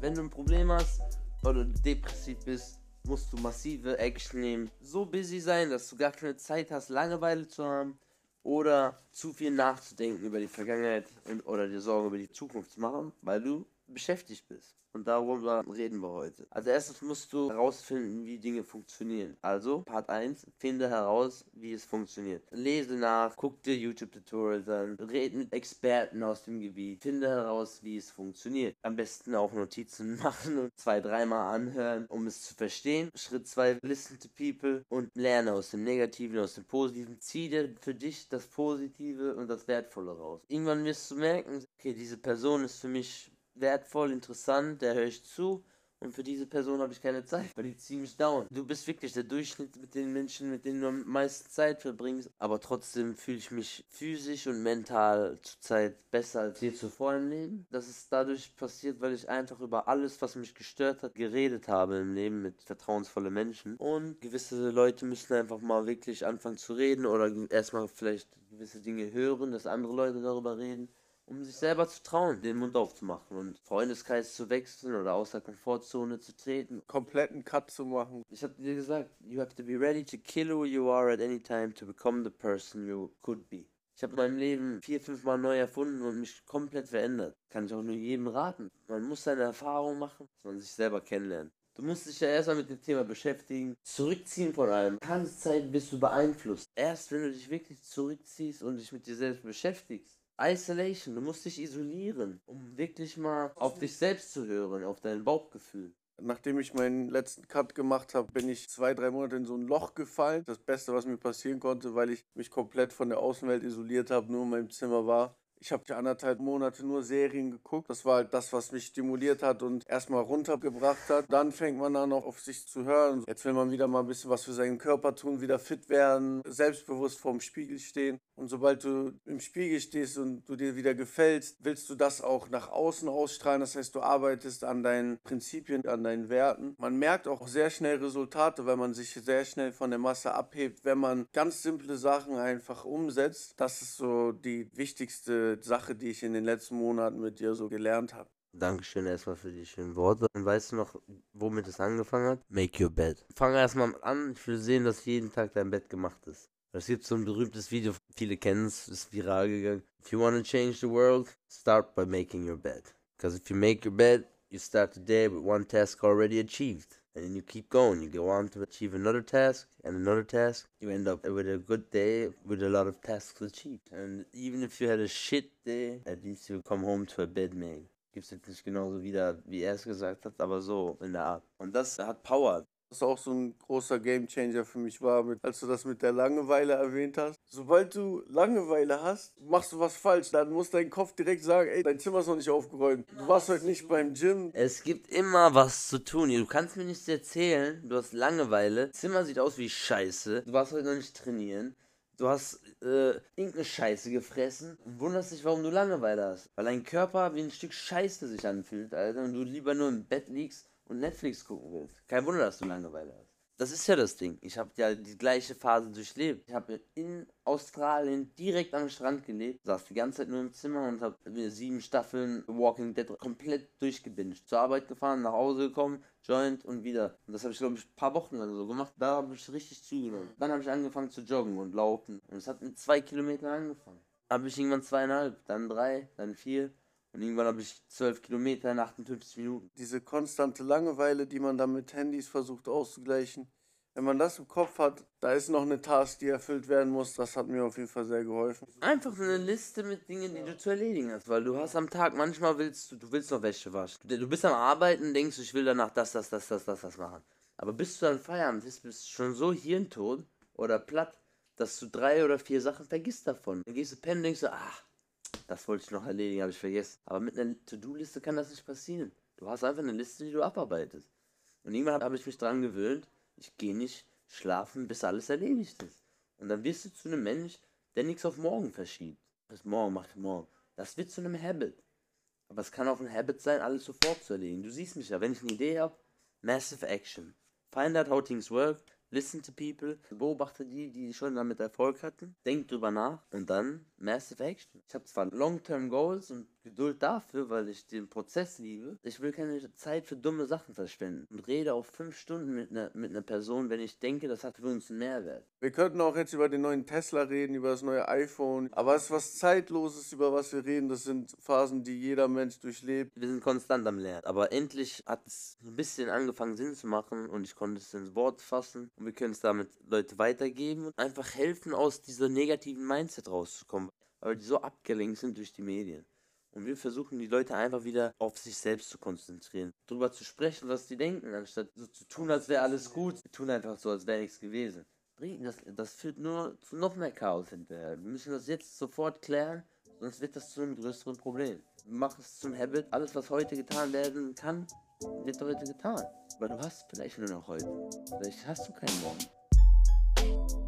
Wenn du ein Problem hast oder du depressiv bist, musst du massive Action nehmen. So busy sein, dass du gar keine Zeit hast, Langeweile zu haben oder zu viel nachzudenken über die Vergangenheit oder dir Sorgen über die Zukunft zu machen, weil du beschäftigt bist. Und darüber reden wir heute. Als erstes musst du herausfinden, wie Dinge funktionieren. Also, Part 1, finde heraus, wie es funktioniert. Lese nach, guck dir YouTube-Tutorials an, red mit Experten aus dem Gebiet, finde heraus, wie es funktioniert. Am besten auch Notizen machen und 2-3 Mal anhören, um es zu verstehen. Schritt 2, listen to people und lerne aus dem Negativen, aus dem Positiven. Zieh dir für dich das Positive und das Wertvolle raus. Irgendwann wirst du merken, okay, diese Person ist für mich wertvoll, interessant, der höre ich zu und für diese Person habe ich keine Zeit, weil die ziehen mich down. Du bist wirklich der Durchschnitt mit den Menschen, mit denen du am meisten Zeit verbringst, aber trotzdem fühle ich mich physisch und mental zurzeit besser als je zuvor im Leben. Das ist dadurch passiert, weil ich einfach über alles, was mich gestört hat, geredet habe im Leben mit vertrauensvollen Menschen. Und gewisse Leute müssen einfach mal wirklich anfangen zu reden oder erstmal vielleicht gewisse Dinge hören, dass andere Leute darüber reden, um sich selber zu trauen, den Mund aufzumachen und Freundeskreis zu wechseln oder aus der Komfortzone zu treten. Kompletten Cut zu machen. Ich habe dir gesagt, you have to be ready to kill who you are at any time to become the person you could be. Ich habe mein Leben 4-5 Mal neu erfunden und mich komplett verändert. Kann ich auch nur jedem raten. Man muss seine Erfahrungen machen, dass man sich selber kennenlernt. Du musst dich ja erstmal mit dem Thema beschäftigen. Zurückziehen von allem. Ganze Zeit bist du beeinflusst. Erst wenn du dich wirklich zurückziehst und dich mit dir selbst beschäftigst. Isolation, du musst dich isolieren, um wirklich mal auf dich selbst zu hören, auf dein Bauchgefühl. Nachdem ich meinen letzten Cut gemacht habe, bin ich 2-3 Monate in so ein Loch gefallen. Das Beste, was mir passieren konnte, weil ich mich komplett von der Außenwelt isoliert habe, nur in meinem Zimmer war. Ich habe 1,5 Monate nur Serien geguckt. Das war halt das, was mich stimuliert hat und erstmal runtergebracht hat. Dann fängt man an, auch auf sich zu hören. Jetzt will man wieder mal ein bisschen was für seinen Körper tun, wieder fit werden, selbstbewusst vorm Spiegel stehen. Und sobald du im Spiegel stehst und du dir wieder gefällst, willst du das auch nach außen ausstrahlen. Das heißt, du arbeitest an deinen Prinzipien, an deinen Werten. Man merkt auch sehr schnell Resultate, weil man sich sehr schnell von der Masse abhebt, wenn man ganz simple Sachen einfach umsetzt. Das ist so die wichtigste Sache, die ich in den letzten Monaten mit dir so gelernt habe. Dankeschön erstmal für die schönen Worte. Und weißt du noch, womit es angefangen hat? Make your bed. Fang erstmal an, ich will sehen, dass jeden Tag dein Bett gemacht ist. Es gibt so ein berühmtes Video, viele kennen es, ist viral gegangen. If you want to change the world, start by making your bed. Because if you make your bed, you start the day with one task already achieved. And then you keep going, you go on to achieve another task and another task. You end up with a good day with a lot of tasks achieved. And even if you had a shit day, at least you come home to a bed made. Gibt's jetzt nicht genauso wieder, wie er es gesagt hat, aber so in der Art. Und das hat Power. Was auch so ein großer Gamechanger für mich war, als du das mit der Langeweile erwähnt hast. Sobald du Langeweile hast, machst du was falsch. Dann muss dein Kopf direkt sagen, ey, dein Zimmer ist noch nicht aufgeräumt. Du warst heute nicht beim Gym. Es gibt immer was zu tun. Du kannst mir nicht erzählen, du hast Langeweile, Zimmer sieht aus wie Scheiße, du warst heute noch nicht trainieren, du hast irgendeine Scheiße gefressen und wunderst dich, warum du Langeweile hast. Weil dein Körper wie ein Stück Scheiße sich anfühlt, Alter, und du lieber nur im Bett liegst und Netflix gucken willst. Kein Wunder, dass du Langeweile hast. Das ist ja das Ding. Ich habe ja die gleiche Phase durchlebt. Ich habe in Australien direkt am Strand gelebt, saß die ganze Zeit nur im Zimmer und habe mir 7 Staffeln Walking Dead komplett durchgebinged. Zur Arbeit gefahren, nach Hause gekommen, Joint und wieder. Und das habe ich, glaube ich, ein paar Wochen lang so gemacht. Da habe ich richtig zugenommen. Dann habe ich angefangen zu joggen und laufen. Und es hat mit 2 Kilometern angefangen. Habe ich irgendwann 2,5, dann 3, dann 4. Und irgendwann habe ich 12 Kilometer in 58 Minuten. Diese konstante Langeweile, die man dann mit Handys versucht auszugleichen. Wenn man das im Kopf hat, da ist noch eine Task, die erfüllt werden muss. Das hat mir auf jeden Fall sehr geholfen. Einfach eine Liste mit Dingen, die du zu erledigen hast. Weil du hast am Tag, manchmal willst du willst noch Wäsche waschen. Du bist am Arbeiten, denkst du, ich will danach das machen. Aber bis du dann Feierabend bist, bist du schon so hirntot oder platt, dass du 3 oder 4 Sachen vergisst davon. Dann gehst du pennen, denkst du, das wollte ich noch erledigen, habe ich vergessen. Aber mit einer To-Do-Liste kann das nicht passieren. Du hast einfach eine Liste, die du abarbeitest. Und irgendwann habe ich mich daran gewöhnt, ich gehe nicht schlafen, bis alles erledigt ist. Und dann wirst du zu einem Mensch, der nichts auf morgen verschiebt. Bis morgen, mach ich morgen. Das wird zu einem Habit. Aber es kann auch ein Habit sein, alles sofort zu erledigen. Du siehst mich ja, wenn ich eine Idee habe, massive action. Find out how things work, listen to people, beobachte die schon damit Erfolg hatten, denk drüber nach und dann massive action. Ich habe zwar Long-Term Goals und Geduld dafür, weil ich den Prozess liebe. Ich will keine Zeit für dumme Sachen verschwenden und rede auch 5 Stunden mit einer Person, wenn ich denke, das hat für uns einen Mehrwert. Wir könnten auch jetzt über den neuen Tesla reden, über das neue iPhone. Aber es ist was Zeitloses, über was wir reden. Das sind Phasen, die jeder Mensch durchlebt. Wir sind konstant am Lernen. Aber endlich hat es ein bisschen angefangen Sinn zu machen und ich konnte es ins Wort fassen und wir können es damit Leute weitergeben und einfach helfen, aus dieser negativen Mindset rauszukommen, weil die so abgelenkt sind durch die Medien. Und wir versuchen die Leute einfach wieder auf sich selbst zu konzentrieren, darüber zu sprechen, was die denken, anstatt so zu tun, als wäre alles gut. Wir tun einfach so, als wäre nichts gewesen. Das führt nur zu noch mehr Chaos hinterher. Wir müssen das jetzt sofort klären, sonst wird das zu einem größeren Problem. Mach es zum Habit. Alles, was heute getan werden kann, wird heute getan. Aber du hast vielleicht nur noch heute. Vielleicht hast du keinen Morgen.